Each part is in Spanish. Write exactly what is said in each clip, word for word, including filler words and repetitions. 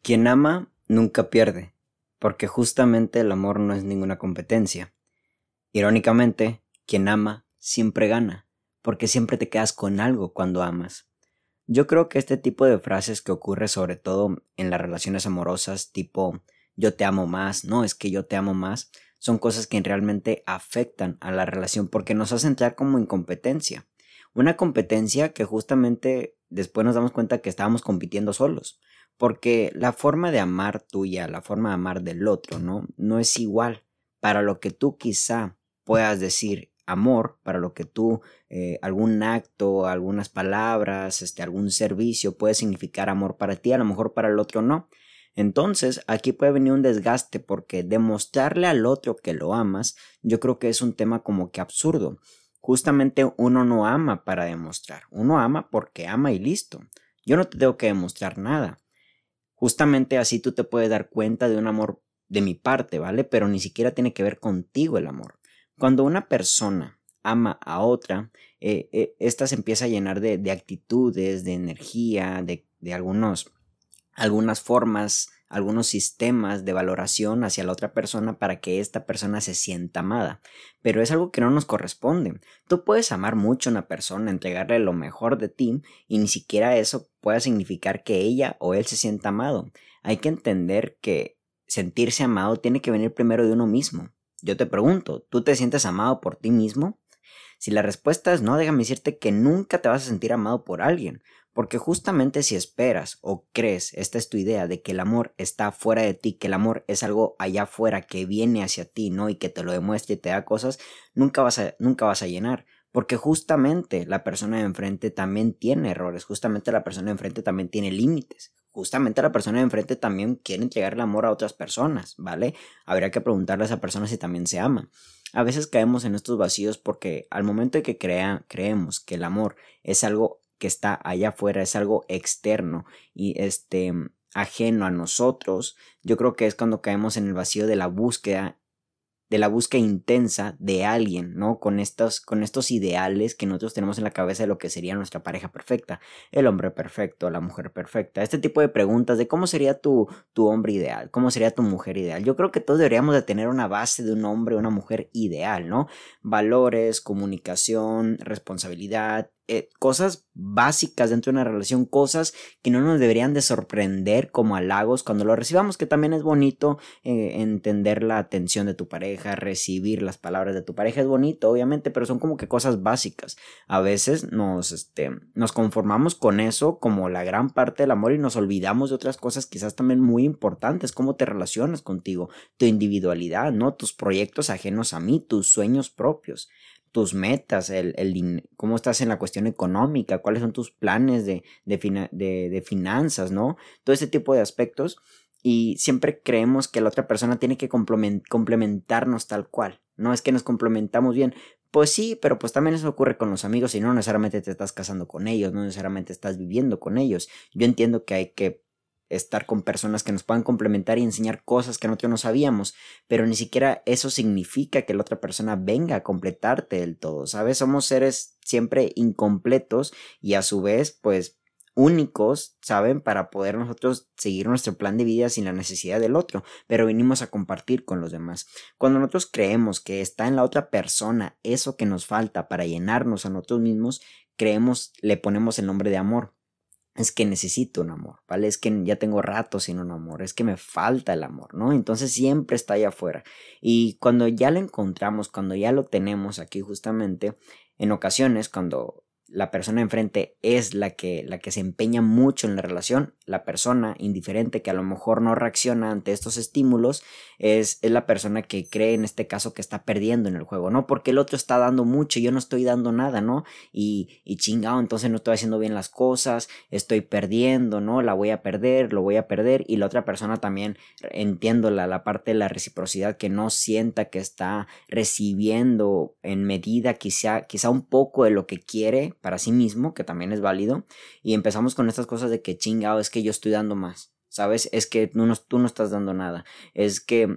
Quien ama nunca pierde, porque justamente el amor no es ninguna competencia. Irónicamente, quien ama siempre gana, porque siempre te quedas con algo cuando amas. Yo creo que este tipo de frases que ocurre sobre todo en las relaciones amorosas, tipo yo te amo más, no es que yo te amo más, son cosas que realmente afectan a la relación porque nos hacen entrar como en competencia. Una competencia que justamente después nos damos cuenta que estábamos compitiendo solos. Porque la forma de amar tuya, la forma de amar del otro, ¿no? No es igual. Para lo que tú quizá puedas decir amor, para lo que tú, eh, algún acto, algunas palabras, este, algún servicio puede significar amor para ti, a lo mejor para el otro no. Entonces, aquí puede venir un desgaste porque demostrarle al otro que lo amas, yo creo que es un tema como que absurdo. Justamente uno no ama para demostrar, uno ama porque ama y listo. Yo no te tengo que demostrar nada. Justamente así tú te puedes dar cuenta de un amor de mi parte, ¿vale? Pero ni siquiera tiene que ver contigo el amor. Cuando una persona ama a otra, eh, eh, esta se empieza a llenar de, de actitudes, de energía, de, de algunos algunas formas, algunos sistemas de valoración hacia la otra persona para que esta persona se sienta amada. Pero es algo que no nos corresponde. Tú puedes amar mucho a una persona, entregarle lo mejor de ti y ni siquiera eso pueda significar que ella o él se sienta amado. Hay que entender que sentirse amado tiene que venir primero de uno mismo. Yo te pregunto, ¿tú te sientes amado por ti mismo? Si la respuesta es no, déjame decirte que nunca te vas a sentir amado por alguien, porque justamente si esperas o crees, esta es tu idea de que el amor está fuera de ti, que el amor es algo allá afuera que viene hacia ti, ¿no? Y que te lo demuestre y te da cosas, nunca vas a, nunca vas a llenar. Porque justamente la persona de enfrente también tiene errores, justamente la persona de enfrente también tiene límites. Justamente la persona de enfrente también quiere entregar el amor a otras personas, ¿vale? Habría que preguntarle a esa persona si también se ama. A veces caemos en estos vacíos porque al momento de que crea, creemos que el amor es algo que está allá afuera, es algo externo y este ajeno a nosotros, yo creo que es cuando caemos en el vacío de la búsqueda de la búsqueda intensa de alguien, ¿no? Con estos, con estos ideales que nosotros tenemos en la cabeza de lo que sería nuestra pareja perfecta, el hombre perfecto, la mujer perfecta, este tipo de preguntas de cómo sería tu, tu hombre ideal, cómo sería tu mujer ideal. Yo creo que todos deberíamos de tener una base de un hombre o una mujer ideal, ¿no? Valores, comunicación, responsabilidad, eh, cosas básicas dentro de una relación, cosas que no nos deberían de sorprender como halagos cuando lo recibamos, que también es bonito eh, entender la atención de tu pareja, recibir las palabras de tu pareja es bonito, obviamente, pero son como que cosas básicas. A veces nos, este, nos conformamos con eso como la gran parte del amor y nos olvidamos de otras cosas quizás también muy importantes, cómo te relacionas contigo, tu individualidad, ¿no? Tus proyectos ajenos a mí, tus sueños propios, tus metas, el, el, cómo estás en la cuestión económica, cuáles son tus planes de, de, fina, de, de finanzas, ¿no? Todo ese tipo de aspectos. Y siempre creemos que la otra persona tiene que complementarnos tal cual. No es que nos complementamos bien. Pues sí, pero pues también eso ocurre con los amigos y no necesariamente te estás casando con ellos, no necesariamente estás viviendo con ellos. Yo entiendo que hay que estar con personas que nos puedan complementar y enseñar cosas que nosotros no sabíamos, pero ni siquiera eso significa que la otra persona venga a completarte del todo, ¿sabes? Somos seres siempre incompletos y a su vez, pues únicos, ¿saben? Para poder nosotros seguir nuestro plan de vida sin la necesidad del otro, pero venimos a compartir con los demás. Cuando nosotros creemos que está en la otra persona eso que nos falta para llenarnos a nosotros mismos, creemos, le ponemos el nombre de amor. Es que necesito un amor, ¿vale? Es que ya tengo rato sin un amor, es que me falta el amor, ¿no? Entonces siempre está allá afuera. Y cuando ya lo encontramos, cuando ya lo tenemos aquí justamente, en ocasiones cuando la persona enfrente es la que, la que se empeña mucho en la relación, la persona indiferente que a lo mejor no reacciona ante estos estímulos, es, es la persona que cree en este caso que está perdiendo en el juego, ¿no? Porque el otro está dando mucho y yo no estoy dando nada, ¿no? Y, y chingado, entonces no estoy haciendo bien las cosas, estoy perdiendo, ¿no? La voy a perder, lo voy a perder y la otra persona también entiendo la, la parte de la reciprocidad que no sienta que está recibiendo en medida quizá, quizá un poco de lo que quiere para sí mismo, que también es válido, y empezamos con estas cosas de que chingado, es que yo estoy dando más, ¿sabes? Es que tú no, tú no estás dando nada, es que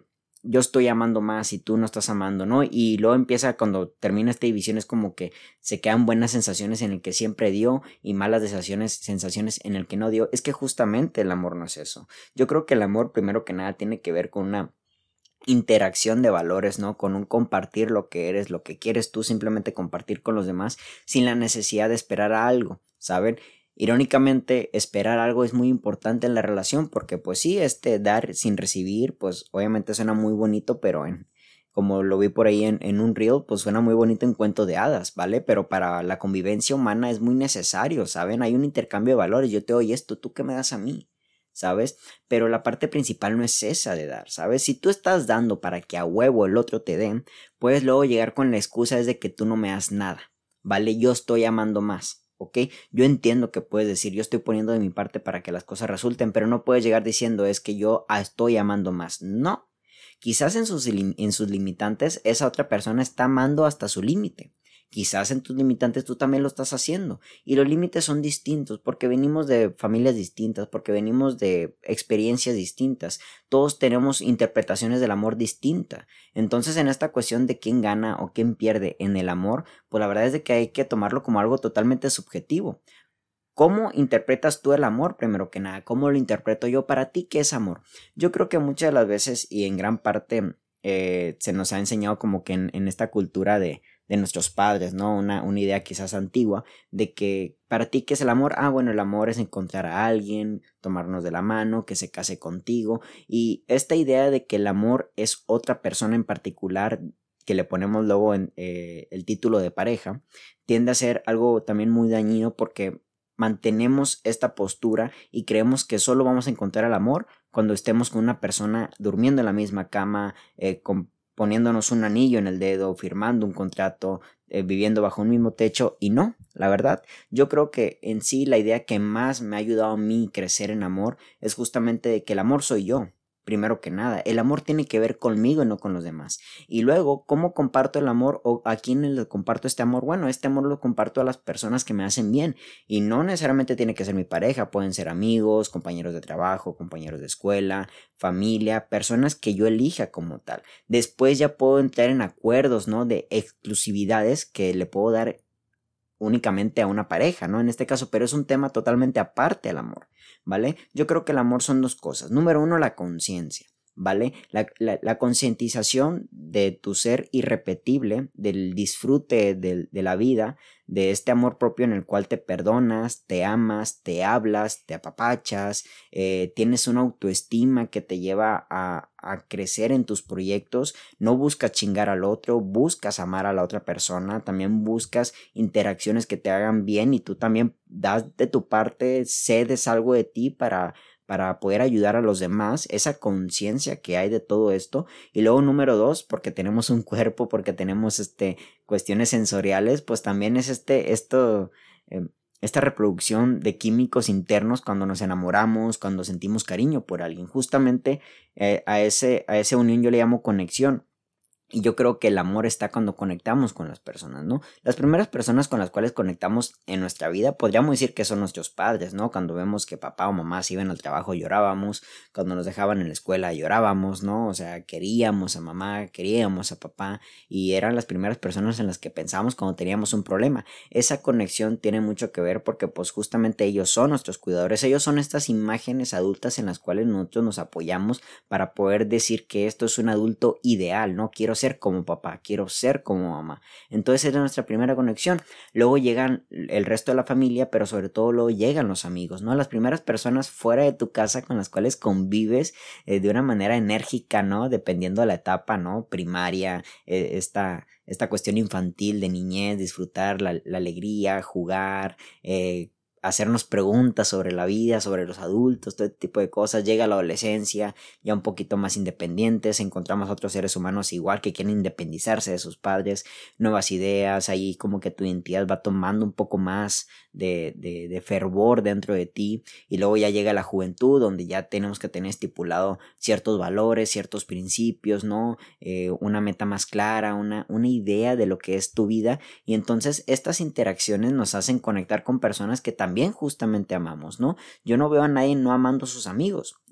yo estoy amando más y tú no estás amando, ¿no? Y luego empieza, cuando termina esta división, es como que se quedan buenas sensaciones en el que siempre dio y malas sensaciones, sensaciones en el que no dio. Es que justamente el amor no es eso. Yo creo que el amor, primero que nada, tiene que ver con una interacción de valores, ¿no? Con un compartir lo que eres, lo que quieres tú, simplemente compartir con los demás sin la necesidad de esperar a algo, ¿saben? Irónicamente, esperar algo es muy importante en la relación porque pues sí, este dar sin recibir, pues obviamente suena muy bonito, pero en, como lo vi por ahí en, en un reel, pues suena muy bonito en cuento de hadas, ¿vale? Pero para la convivencia humana es muy necesario, ¿saben? Hay un intercambio de valores, yo te doy esto, ¿tú qué me das a mí? ¿Sabes? Pero la parte principal no es esa de dar, ¿sabes? Si tú estás dando para que a huevo el otro te dé, puedes luego llegar con la excusa es de que tú no me das nada, ¿vale? Yo estoy amando más, ¿ok? Yo entiendo que puedes decir, yo estoy poniendo de mi parte para que las cosas resulten, pero no puedes llegar diciendo es que yo estoy amando más. No. Quizás en sus, en sus limitantes esa otra persona está amando hasta su límite. Quizás en tus limitantes tú también lo estás haciendo. Y los límites son distintos porque venimos de familias distintas, porque venimos de experiencias distintas. Todos tenemos interpretaciones del amor distintas. Entonces, en esta cuestión de quién gana o quién pierde en el amor, pues la verdad es de que hay que tomarlo como algo totalmente subjetivo. ¿Cómo interpretas tú el amor? Primero que nada, ¿cómo lo interpreto yo? Para ti, ¿qué es amor? Yo creo que muchas de las veces y en gran parte eh, se nos ha enseñado como que en, en esta cultura de, de nuestros padres, ¿no? Una, una idea quizás antigua de que para ti, ¿qué es el amor? Ah, bueno, el amor es encontrar a alguien, tomarnos de la mano, que se case contigo. Y esta idea de que el amor es otra persona en particular, que le ponemos luego en eh, el título de pareja, tiende a ser algo también muy dañino porque mantenemos esta postura y creemos que solo vamos a encontrar el amor cuando estemos con una persona durmiendo en la misma cama, eh, con, poniéndonos un anillo en el dedo, firmando un contrato, eh, viviendo bajo un mismo techo. Y no, la verdad, yo creo que en sí la idea que más me ha ayudado a mí crecer en amor es justamente que el amor soy yo. Primero que nada, el amor tiene que ver conmigo y no con los demás. Y luego, ¿cómo comparto el amor o a quién le comparto este amor? Bueno, este amor lo comparto a las personas que me hacen bien y no necesariamente tiene que ser mi pareja, pueden ser amigos, compañeros de trabajo, compañeros de escuela, familia, personas que yo elija como tal. Después ya puedo entrar en acuerdos, ¿no? De exclusividades que le puedo dar únicamente a una pareja, ¿no? En este caso, pero es un tema totalmente aparte al amor, ¿vale? Yo creo que el amor son dos cosas. Número uno, la conciencia, ¿vale? La, la, la concientización de tu ser irrepetible, del disfrute de, de la vida, de este amor propio en el cual te perdonas, te amas, te hablas, te apapachas, eh, tienes una autoestima que te lleva a, a crecer en tus proyectos, no buscas chingar al otro, buscas amar a la otra persona, también buscas interacciones que te hagan bien y tú también das de tu parte, cedes algo de ti para para poder ayudar a los demás, esa conciencia que hay de todo esto. Y luego número dos, porque tenemos un cuerpo, porque tenemos este, cuestiones sensoriales, pues también es este, esto, eh, esta reproducción de químicos internos cuando nos enamoramos, cuando sentimos cariño por alguien. Justamente eh, a, ese, a esa unión yo le llamo conexión. Y yo creo que el amor está cuando conectamos con las personas, ¿no? Las primeras personas con las cuales conectamos en nuestra vida, podríamos decir que son nuestros padres, ¿no? Cuando vemos que papá o mamá se iban al trabajo llorábamos, cuando nos dejaban en la escuela llorábamos, ¿no? O sea, queríamos a mamá, queríamos a papá y eran las primeras personas en las que pensábamos cuando teníamos un problema. Esa conexión tiene mucho que ver porque pues justamente ellos son nuestros cuidadores, ellos son estas imágenes adultas en las cuales nosotros nos apoyamos para poder decir que esto es un adulto ideal, ¿no? Quiero ser como papá, quiero ser como mamá. Entonces es nuestra primera conexión. Luego llegan el resto de la familia, pero sobre todo luego llegan los amigos, ¿no? Las primeras personas fuera de tu casa con las cuales convives eh, de una manera enérgica, ¿no? Dependiendo de la etapa, ¿no? Primaria, eh, esta, esta cuestión infantil de niñez, disfrutar la, la alegría, jugar, eh, hacernos preguntas sobre la vida, sobre los adultos, todo este tipo de cosas. Llega la adolescencia, ya un poquito más independientes, encontramos otros seres humanos igual que quieren independizarse de sus padres, nuevas ideas, ahí como que tu identidad va tomando un poco más de, de, de fervor dentro de ti, y luego ya llega la juventud donde ya tenemos que tener estipulado ciertos valores, ciertos principios, ¿no? Eh, una meta más clara, una, una idea de lo que es tu vida, y entonces estas interacciones nos hacen conectar con personas que también justamente amamos, ¿no? Yo no veo a nadie no amando a sus amigos.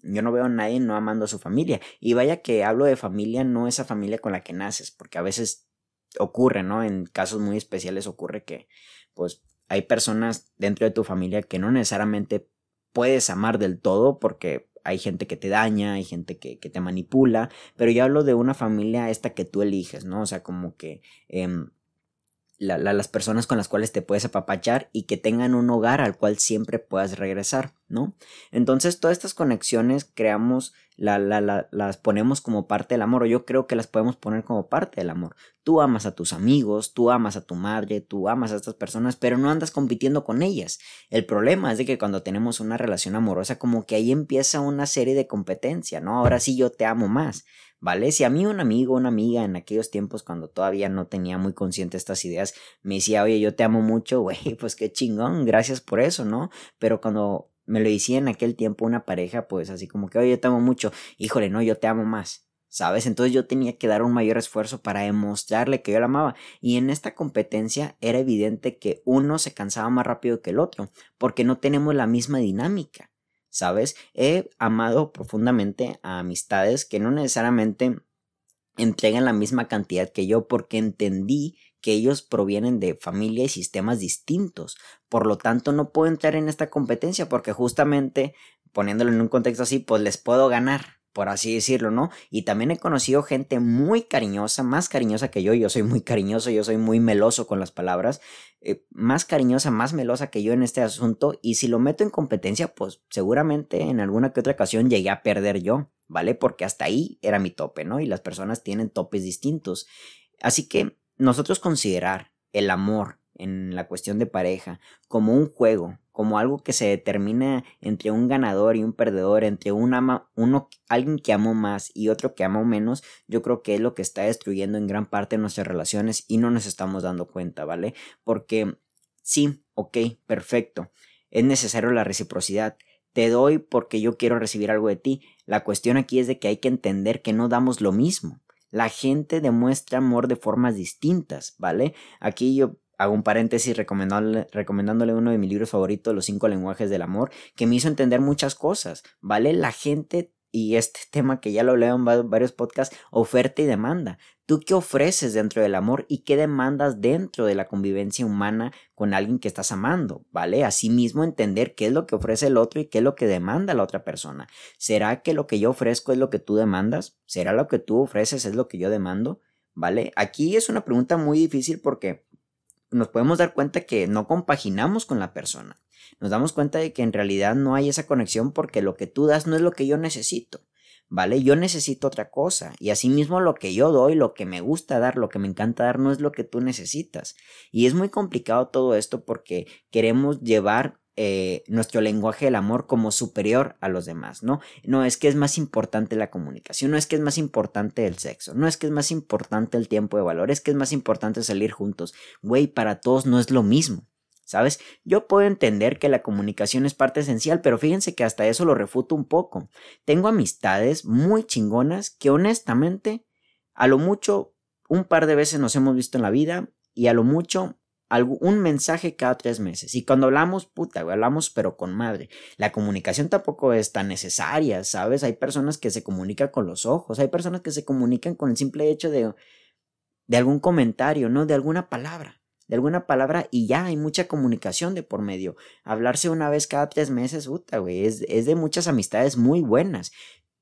yo no veo a nadie no amando a su familia. Y vaya que hablo de familia, no esa familia con la que naces, porque a veces ocurre, ¿no? En casos muy especiales ocurre que, pues, hay personas dentro de tu familia que no necesariamente puedes amar del todo porque hay gente que te daña, hay gente que, que te manipula, pero yo hablo de una familia esta que tú eliges, ¿no? O sea, como que eh, la, la, las personas con las cuales te puedes apapachar y que tengan un hogar al cual siempre puedas regresar, ¿no? Entonces todas estas conexiones creamos, la, la, la, las ponemos como parte del amor, o yo creo que las podemos poner como parte del amor. Tú amas a tus amigos, tú amas a tu madre, tú amas a estas personas, pero no andas compitiendo con ellas. El problema es de que cuando tenemos una relación amorosa, como que ahí empieza una serie de competencia, ¿no? Ahora sí yo te amo más, ¿vale? Si a mí un amigo, una amiga en aquellos tiempos cuando todavía no tenía muy consciente estas ideas, me decía, oye, yo te amo mucho, güey, pues qué chingón, gracias por eso, ¿no? Pero cuando me lo decía en aquel tiempo una pareja, pues así como que, oye, yo te amo mucho, híjole, no, yo te amo más, ¿sabes? Entonces yo tenía que dar un mayor esfuerzo para demostrarle que yo la amaba. Y en esta competencia era evidente que uno se cansaba más rápido que el otro, porque no tenemos la misma dinámica, ¿sabes? He amado profundamente a amistades que no necesariamente entregan la misma cantidad que yo, porque entendí que ellos provienen de familia y sistemas distintos. Por lo tanto, no puedo entrar en esta competencia porque justamente, poniéndolo en un contexto así, pues les puedo ganar, por así decirlo, ¿no? Y también he conocido gente muy cariñosa, más cariñosa que yo. Yo soy muy cariñoso, yo soy muy meloso con las palabras. Eh, más cariñosa, más melosa que yo en este asunto. Y si lo meto en competencia, pues seguramente en alguna que otra ocasión llegué a perder yo, ¿vale? Porque hasta ahí era mi tope, ¿no? Y las personas tienen topes distintos. Así que nosotros considerar el amor en la cuestión de pareja como un juego, como algo que se determina entre un ganador y un perdedor, entre un ama, uno, alguien que amó más y otro que amó menos, yo creo que es lo que está destruyendo en gran parte nuestras relaciones y no nos estamos dando cuenta, ¿vale? Porque sí, ok, perfecto, es necesario la reciprocidad. Te doy porque yo quiero recibir algo de ti. La cuestión aquí es de que hay que entender que no damos lo mismo. La gente demuestra amor de formas distintas, ¿vale? Aquí yo hago un paréntesis recomendándole, recomendándole uno de mis libros favoritos, Los cinco lenguajes del amor, que me hizo entender muchas cosas, ¿vale? La gente, y este tema que ya lo leo en varios podcasts, oferta y demanda. ¿Tú qué ofreces dentro del amor y qué demandas dentro de la convivencia humana con alguien que estás amando? ¿Vale? Asimismo, entender qué es lo que ofrece el otro y qué es lo que demanda la otra persona. ¿Será que lo que yo ofrezco es lo que tú demandas? ¿Será lo que tú ofreces es lo que yo demando? ¿Vale? Aquí es una pregunta muy difícil porque nos podemos dar cuenta que no compaginamos con la persona. Nos damos cuenta de que en realidad no hay esa conexión porque lo que tú das no es lo que yo necesito, ¿vale? Yo necesito otra cosa y asimismo lo que yo doy, lo que me gusta dar, lo que me encanta dar no es lo que tú necesitas. Y es muy complicado todo esto porque queremos llevar eh, nuestro lenguaje del amor como superior a los demás, ¿no? No es que es más importante la comunicación, no es que es más importante el sexo, no es que es más importante el tiempo de valor, es que es más importante salir juntos. Güey, para todos no es lo mismo, ¿sabes? Yo puedo entender que la comunicación es parte esencial, pero fíjense que hasta eso lo refuto un poco. Tengo amistades muy chingonas que honestamente, a lo mucho, un par de veces nos hemos visto en la vida y a lo mucho un mensaje cada tres meses. Y cuando hablamos, puta, hablamos pero con madre. La comunicación tampoco es tan necesaria, ¿sabes? Hay personas que se comunican con los ojos, hay personas que se comunican con el simple hecho de, de algún comentario, ¿no? De alguna palabra, de alguna palabra y ya hay mucha comunicación de por medio. Hablarse una vez cada tres meses, puta, güey, es, es de muchas amistades muy buenas.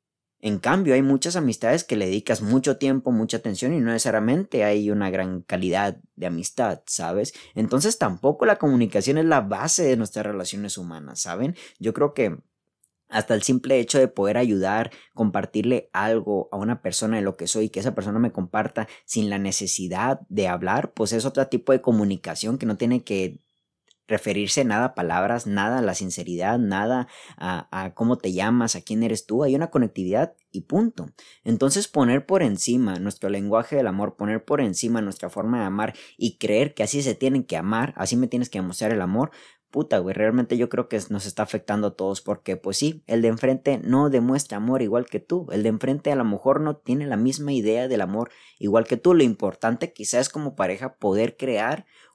En cambio, hay muchas amistades que le dedicas mucho tiempo, mucha atención y no necesariamente hay una gran calidad de amistad, ¿sabes? Entonces tampoco la comunicación es la base de nuestras relaciones humanas, ¿saben? Yo creo que hasta el simple hecho de poder ayudar, compartirle algo a una persona de lo que soy y que esa persona me comparta sin la necesidad de hablar, pues es otro tipo de comunicación que no tiene que referirse nada a palabras, nada a la sinceridad, nada a, a cómo te llamas, a quién eres tú. Hay una conectividad y punto. Entonces poner por encima nuestro lenguaje del amor, poner por encima nuestra forma de amar y creer que así se tienen que amar, así me tienes que demostrar el amor, puta, güey, realmente yo creo que nos está afectando a todos porque, pues sí, el de enfrente no demuestra amor igual que tú. El de enfrente a lo mejor no tiene la misma idea del amor igual que tú. Lo importante quizás es como pareja poder crear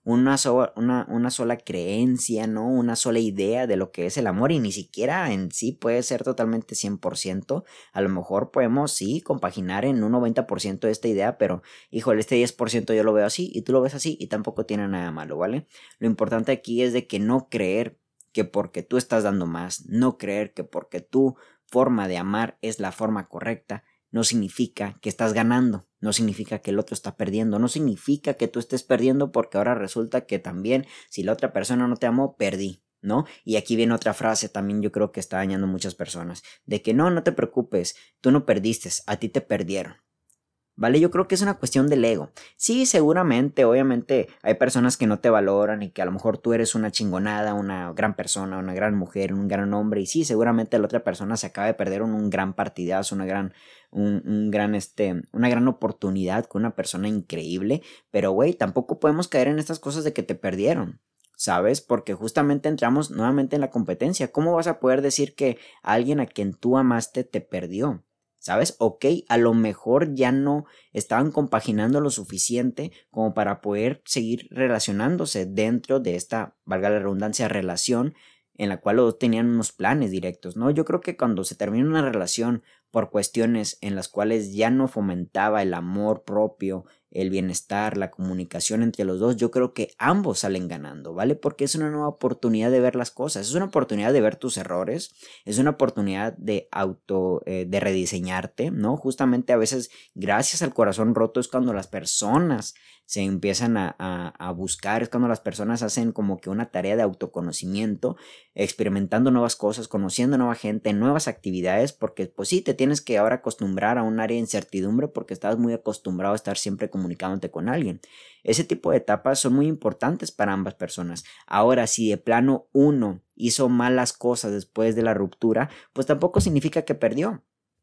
una, so, una, una sola creencia, ¿no? Una sola idea de lo que es el amor y ni siquiera en sí puede ser totalmente cien por ciento. A lo mejor podemos, sí, compaginar en un noventa por ciento de esta idea, pero, híjole, este diez por ciento yo lo veo así y tú lo ves así y tampoco tiene nada malo, ¿vale? Lo importante aquí es de que no creer que porque tú estás dando más, no creer que porque tu forma de amar es la forma correcta, no significa que estás ganando, no significa que el otro está perdiendo, no significa que tú estés perdiendo porque ahora resulta que también si la otra persona no te amó, perdí, ¿no? Y aquí viene otra frase también yo creo que está dañando a muchas personas, de que no, no te preocupes, tú no perdiste, a ti te perdieron. ¿Vale? Yo creo que es una cuestión del ego. Sí, seguramente, obviamente hay personas que no te valoran y que a lo mejor tú eres una chingonada, una gran persona, una gran mujer, un gran hombre y sí, seguramente la otra persona se acaba de perder un, un gran partidazo, una gran, un, un gran, este, una gran oportunidad con una persona increíble, pero güey, tampoco podemos caer en estas cosas de que te perdieron. ¿Sabes? Porque justamente entramos nuevamente en la competencia. ¿Cómo vas a poder decir que alguien a quien tú amaste te perdió? ¿Sabes? Ok, a lo mejor ya no estaban compaginando lo suficiente como para poder seguir relacionándose dentro de esta, valga la redundancia, relación en la cual los dos tenían unos planes directos, ¿no? Yo creo que cuando se termina una relación por cuestiones en las cuales ya no fomentaba el amor propio, el bienestar, la comunicación entre los dos, yo creo que ambos salen ganando, ¿vale? Porque es una nueva oportunidad de ver las cosas, es una oportunidad de ver tus errores, es una oportunidad de auto, eh, de rediseñarte, ¿no? Justamente a veces, gracias al corazón roto, es cuando las personas se empiezan a, a, a buscar, es cuando las personas hacen como que una tarea de autoconocimiento, experimentando nuevas cosas, conociendo nueva gente, nuevas actividades, porque pues sí, te tienes que ahora acostumbrar a un área de incertidumbre porque estás muy acostumbrado a estar siempre comunicándote con alguien. Ese tipo de etapas son muy importantes para ambas personas. Ahora, si de plano uno hizo malas cosas después de la ruptura, pues tampoco significa que perdió.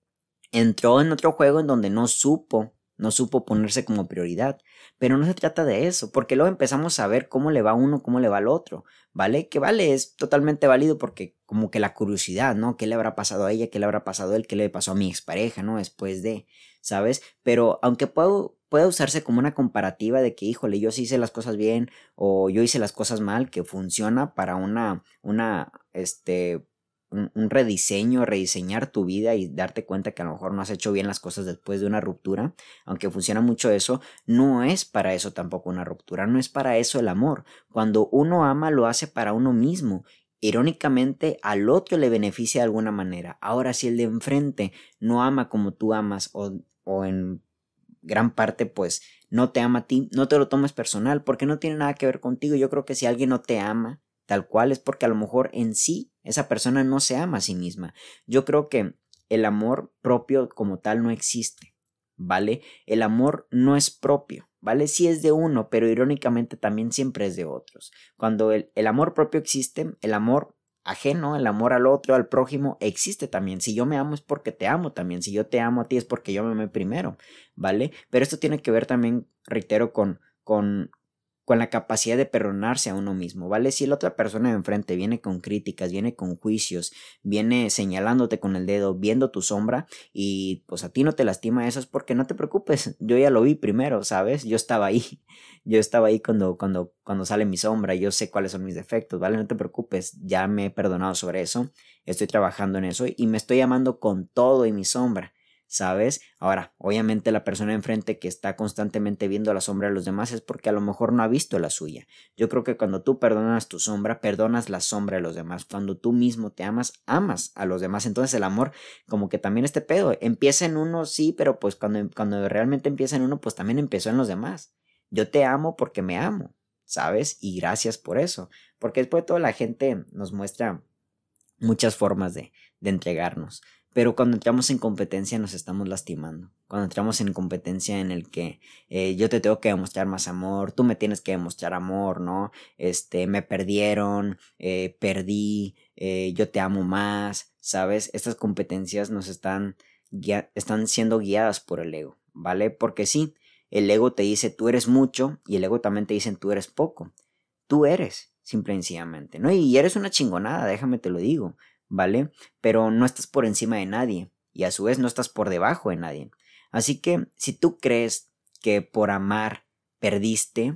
Entró en otro juego en donde no supo, no supo ponerse como prioridad. Pero no se trata de eso, porque luego empezamos a ver cómo le va a uno, cómo le va al otro, ¿vale? Que vale, es totalmente válido porque como que la curiosidad, ¿no? ¿Qué le habrá pasado a ella? ¿Qué le habrá pasado a él? ¿Qué le pasó a mi expareja, ¿no? Después de, ¿sabes? Pero aunque puedo, puede usarse como una comparativa de que, híjole, yo sí hice las cosas bien o yo hice las cosas mal, que funciona para una, una, este... Un, un rediseño, rediseñar tu vida y darte cuenta que a lo mejor no has hecho bien las cosas después de una ruptura, aunque funciona mucho eso, no es para eso tampoco una ruptura, no es para eso el amor. Cuando uno ama lo hace para uno mismo. Irónicamente al otro le beneficia de alguna manera. Ahora si el de enfrente no ama como tú amas o, o en gran parte pues no te ama a ti, no te lo tomes personal porque no tiene nada que ver contigo. Yo creo que si alguien no te ama tal cual es porque a lo mejor en sí esa persona no se ama a sí misma. Yo creo que el amor propio como tal no existe, ¿vale? El amor no es propio, ¿vale? Sí es de uno, pero irónicamente también siempre es de otros. Cuando el, el amor propio existe, el amor ajeno, el amor al otro, al prójimo, existe también. Si yo me amo es porque te amo también. Si yo te amo a ti es porque yo me amé primero, ¿vale? Pero esto tiene que ver también, reitero, con, con, con la capacidad de perdonarse a uno mismo, ¿vale? Si la otra persona de enfrente viene con críticas, viene con juicios, viene señalándote con el dedo, viendo tu sombra y pues a ti no te lastima eso, es porque no te preocupes, yo ya lo vi primero, ¿sabes? Yo estaba ahí, yo estaba ahí cuando, cuando, cuando sale mi sombra, yo sé cuáles son mis defectos, ¿vale? No te preocupes, ya me he perdonado sobre eso, estoy trabajando en eso y me estoy amando con todo y mi sombra. ¿Sabes? Ahora, obviamente la persona enfrente que está constantemente viendo la sombra de los demás es porque a lo mejor no ha visto la suya. Yo creo que cuando tú perdonas tu sombra, perdonas la sombra de los demás. Cuando tú mismo te amas, amas a los demás. Entonces el amor, como que también este pedo, empieza en uno, sí, pero pues cuando, cuando realmente empieza en uno, pues también empezó en los demás. Yo te amo porque me amo, ¿sabes? Y gracias por eso. Porque después toda la gente nos muestra muchas formas de, de entregarnos. Pero cuando entramos en competencia nos estamos lastimando. Cuando entramos en competencia en el que eh, yo te tengo que demostrar más amor, tú me tienes que demostrar amor, ¿no? Este, me perdieron, eh, perdí, eh, yo te amo más, ¿sabes? Estas competencias nos están, guia- están siendo guiadas por el ego, ¿vale? Porque sí, el ego te dice tú eres mucho y el ego también te dice tú eres poco. Tú eres, simple y sencillamente, ¿no? Y eres una chingonada, déjame te lo digo, ¿vale? Pero no estás por encima de nadie y a su vez no estás por debajo de nadie. Así que si tú crees que por amar perdiste,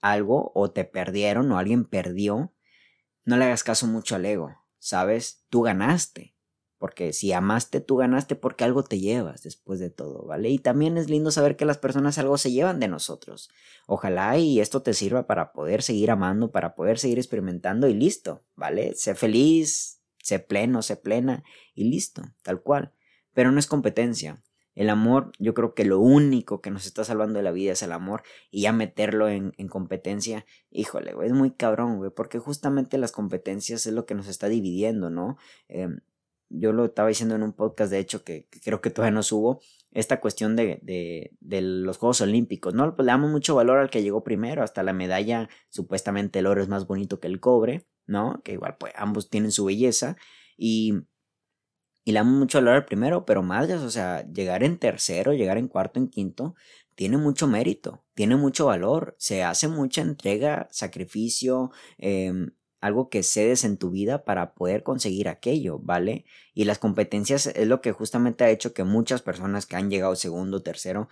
algo o te perdieron o alguien perdió, no le hagas caso mucho al ego, ¿sabes? Tú ganaste. Porque si amaste, tú ganaste porque algo te llevas después de todo, ¿vale? Y también es lindo saber que las personas algo se llevan de nosotros. Ojalá y esto te sirva para poder seguir amando, para poder seguir experimentando y listo, ¿vale? Sé feliz, sé pleno, sé plena y listo, tal cual. Pero no es competencia. El amor, yo creo que lo único que nos está salvando de la vida es el amor, y ya meterlo en, en competencia, híjole, güey, es muy cabrón, güey, porque justamente las competencias es lo que nos está dividiendo, ¿no? Eh, Yo lo estaba diciendo en un podcast, de hecho, que, que creo que todavía no subo, esta cuestión de, de, de los Juegos Olímpicos, ¿no? Pues le damos mucho valor al que llegó primero, hasta la medalla, supuestamente el oro es más bonito que el cobre, ¿no? Que igual, pues, ambos tienen su belleza, y, y le damos mucho valor al primero, pero madres, o sea, llegar en tercero, llegar en cuarto, en quinto, tiene mucho mérito, tiene mucho valor, se hace mucha entrega, sacrificio, eh, algo que cedes en tu vida para poder conseguir aquello, ¿vale? Y las competencias es lo que justamente ha hecho que muchas personas que han llegado segundo, tercero,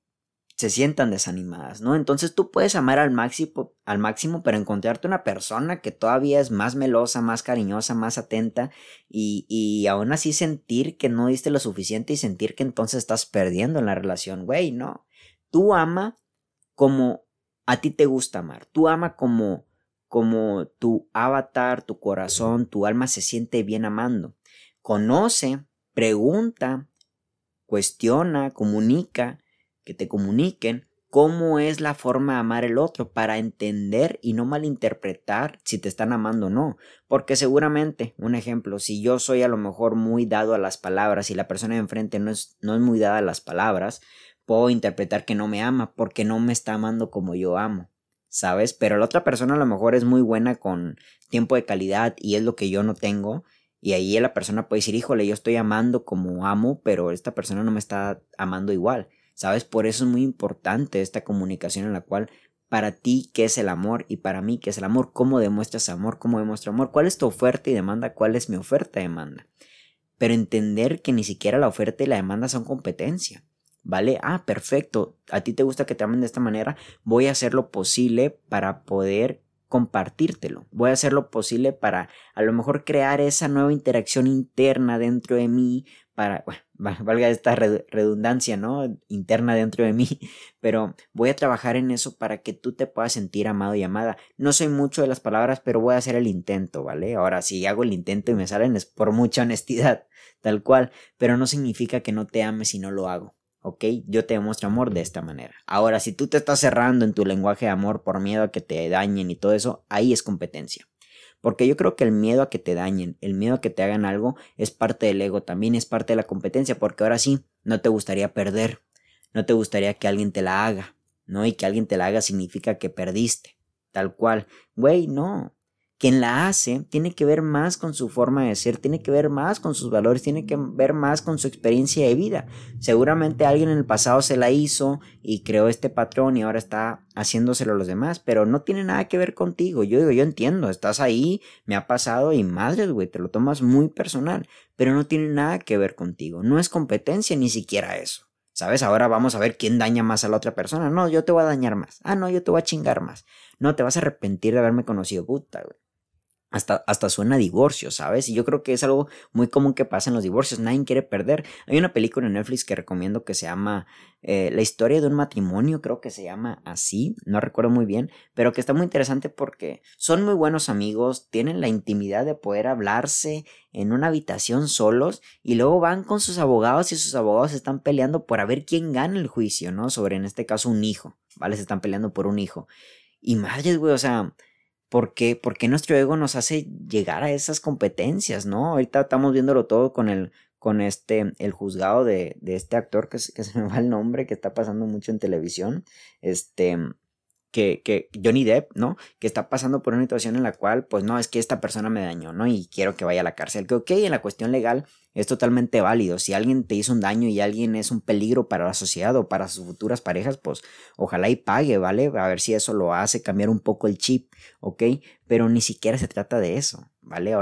se sientan desanimadas, ¿no? Entonces tú puedes amar al máximo, al máximo, pero encontrarte una persona que todavía es más melosa, más cariñosa, más atenta, y, y aún así sentir que no diste lo suficiente y sentir que entonces estás perdiendo en la relación, güey, no. Tú ama como a ti te gusta amar, tú ama como como tu avatar, tu corazón, tu alma se siente bien amando. Conoce, pregunta, cuestiona, comunica, que te comuniquen cómo es la forma de amar el otro para entender y no malinterpretar si te están amando o no. Porque seguramente, un ejemplo, si yo soy a lo mejor muy dado a las palabras y la persona de enfrente no es, no es muy dada a las palabras, puedo interpretar que no me ama porque no me está amando como yo amo, ¿sabes? Pero la otra persona a lo mejor es muy buena con tiempo de calidad y es lo que yo no tengo, y ahí la persona puede decir, híjole, yo estoy amando como amo, pero esta persona no me está amando igual, ¿sabes? Por eso es muy importante esta comunicación en la cual para ti qué es el amor y para mí qué es el amor, cómo demuestras amor, cómo demuestro amor, cuál es tu oferta y demanda, cuál es mi oferta y demanda. Pero entender que ni siquiera la oferta y la demanda son competencia, ¿vale? Ah, perfecto, a ti te gusta que te amen de esta manera, voy a hacer lo posible para poder compartírtelo, voy a hacer lo posible para a lo mejor crear esa nueva interacción interna dentro de mí, para, bueno, valga esta redundancia, ¿no? Interna dentro de mí, pero voy a trabajar en eso para que tú te puedas sentir amado y amada. No soy mucho de las palabras, pero voy a hacer el intento, ¿vale? Ahora, si hago el intento y me salen es por mucha honestidad, tal cual, pero no significa que no te ames si no lo hago. ¿Ok? Yo te demuestro amor de esta manera. Ahora, si tú te estás cerrando en tu lenguaje de amor por miedo a que te dañen y todo eso, ahí es competencia. Porque yo creo que el miedo a que te dañen, el miedo a que te hagan algo, es parte del ego, también es parte de la competencia, porque ahora sí, no te gustaría perder, no te gustaría que alguien te la haga, ¿no? Y que alguien te la haga significa que perdiste, tal cual. Güey, no. Quien la hace tiene que ver más con su forma de ser, tiene que ver más con sus valores, tiene que ver más con su experiencia de vida. Seguramente alguien en el pasado se la hizo y creó este patrón y ahora está haciéndoselo a los demás, pero no tiene nada que ver contigo. Yo digo, yo entiendo, estás ahí, me ha pasado y madres, güey, te lo tomas muy personal, pero no tiene nada que ver contigo. No es competencia ni siquiera eso. ¿Sabes? Ahora vamos a ver quién daña más a la otra persona. No, yo te voy a dañar más. Ah, no, yo te voy a chingar más. No, te vas a arrepentir de haberme conocido, puta, güey. Hasta, hasta suena a divorcio, ¿sabes? Y yo creo que es algo muy común que pasa en los divorcios. Nadie quiere perder. Hay una película en Netflix que recomiendo que se llama eh, La historia de un matrimonio, creo que se llama así, no recuerdo muy bien, pero que está muy interesante porque son muy buenos amigos, tienen la intimidad de poder hablarse en una habitación solos y luego van con sus abogados y sus abogados están peleando por a ver quién gana el juicio, ¿no? Sobre, en este caso, un hijo, ¿vale? Se están peleando por un hijo. Y madres, güey, o sea... ¿Por qué? Porque nuestro ego nos hace llegar a esas competencias, ¿no? Ahorita estamos viéndolo todo con el, con este, el juzgado de, de este actor que, que se me va el nombre, que está pasando mucho en televisión, este, que, que Johnny Depp, ¿no? Que está pasando por una situación en la cual, pues no, es que esta persona me dañó, ¿no? Y quiero que vaya a la cárcel. Que ok, en la cuestión legal es totalmente válido. Si alguien te hizo un daño y alguien es un peligro para la sociedad o para sus futuras parejas, pues ojalá y pague, ¿vale? A ver si eso lo hace cambiar un poco el chip, ¿ok? Pero ni siquiera se trata de eso, ¿vale? Ahora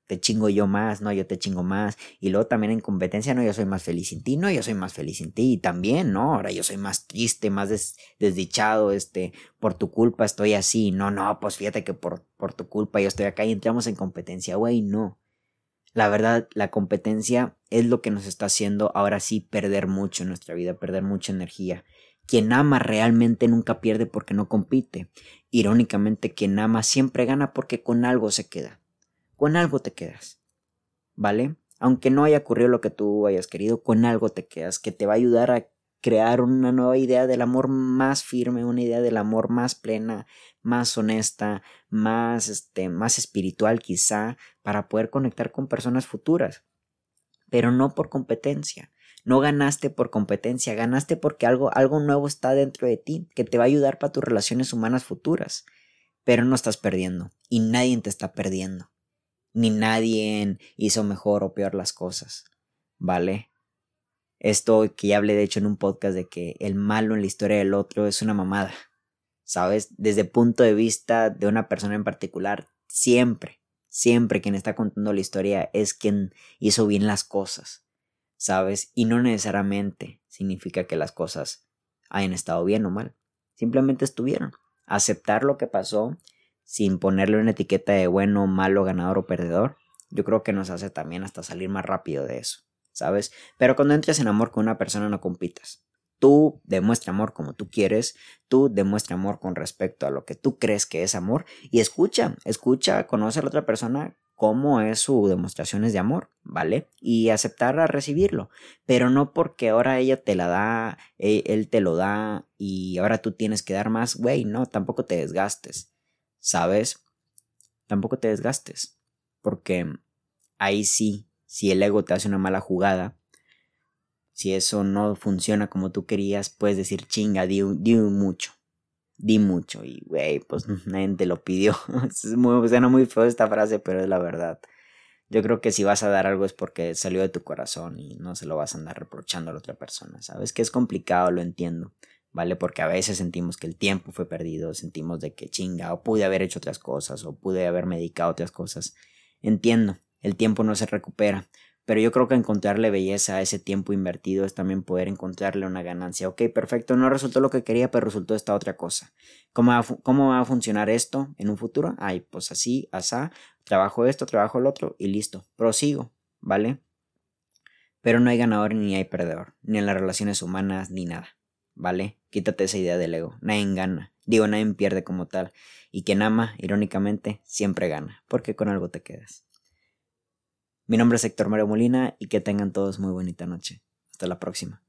te chingo yo más, no, yo te chingo más. Y luego también en competencia, no, yo soy más feliz sin ti, no, yo soy más feliz sin ti. Y también, no, ahora yo soy más triste, más des- desdichado, este, por tu culpa estoy así. No, no, pues fíjate que por, por tu culpa yo estoy acá y entramos en competencia, güey, no. La verdad, la competencia es lo que nos está haciendo ahora sí perder mucho en nuestra vida, perder mucha energía. Quien ama realmente nunca pierde porque no compite. Irónicamente, quien ama siempre gana porque con algo se queda. Con algo te quedas, ¿vale? Aunque no haya ocurrido lo que tú hayas querido, con algo te quedas que te va a ayudar a crear una nueva idea del amor más firme, una idea del amor más plena, más honesta, más, este, más espiritual quizá, para poder conectar con personas futuras, pero no por competencia. No ganaste por competencia, ganaste porque algo, algo nuevo está dentro de ti que te va a ayudar para tus relaciones humanas futuras, pero no estás perdiendo y nadie te está perdiendo, ni nadie hizo mejor o peor las cosas, ¿vale? Esto que ya hablé de hecho en un podcast de que el malo en la historia del otro es una mamada, ¿sabes? Desde el punto de vista de una persona en particular, siempre, siempre quien está contando la historia es quien hizo bien las cosas, ¿sabes? Y no necesariamente significa que las cosas hayan estado bien o mal, simplemente estuvieron. Aceptar lo que pasó sin ponerle una etiqueta de bueno, malo, ganador o perdedor, yo creo que nos hace también hasta salir más rápido de eso, ¿sabes? Pero cuando entres en amor con una persona no compitas. Tú demuestra amor como tú quieres, tú demuestra amor con respecto a lo que tú crees que es amor y escucha, escucha, conoce a la otra persona cómo es su demostraciones de amor, ¿vale? Y aceptar a recibirlo, pero no porque ahora ella te la da, eh, él te lo da y ahora tú tienes que dar más, güey, no, tampoco te desgastes, ¿sabes? Tampoco te desgastes, porque ahí sí, si el ego te hace una mala jugada, si eso no funciona como tú querías, puedes decir chinga, di, di mucho, di mucho y güey, pues nadie te lo pidió. Es muy, suena muy feo esta frase, pero es la verdad. Yo creo que si vas a dar algo es porque salió de tu corazón y no se lo vas a andar reprochando a la otra persona. Sabes que es complicado, lo entiendo, ¿vale? Porque a veces sentimos que el tiempo fue perdido, sentimos de que chinga, o pude haber hecho otras cosas, o pude haber medicado otras cosas. Entiendo, el tiempo no se recupera, pero yo creo que encontrarle belleza a ese tiempo invertido es también poder encontrarle una ganancia. Ok, perfecto, no resultó lo que quería, pero resultó esta otra cosa. ¿Cómo va a, fu- cómo va a funcionar esto en un futuro? Ay, pues así, asá, trabajo esto, trabajo el otro y listo, prosigo, ¿vale? Pero no hay ganador ni hay perdedor, ni en las relaciones humanas ni nada, ¿vale? Quítate esa idea del ego, nadie gana, digo, nadie pierde como tal, y quien ama, irónicamente, siempre gana, porque con algo te quedas. Mi nombre es Héctor Mario Molina y que tengan todos muy bonita noche. Hasta la próxima.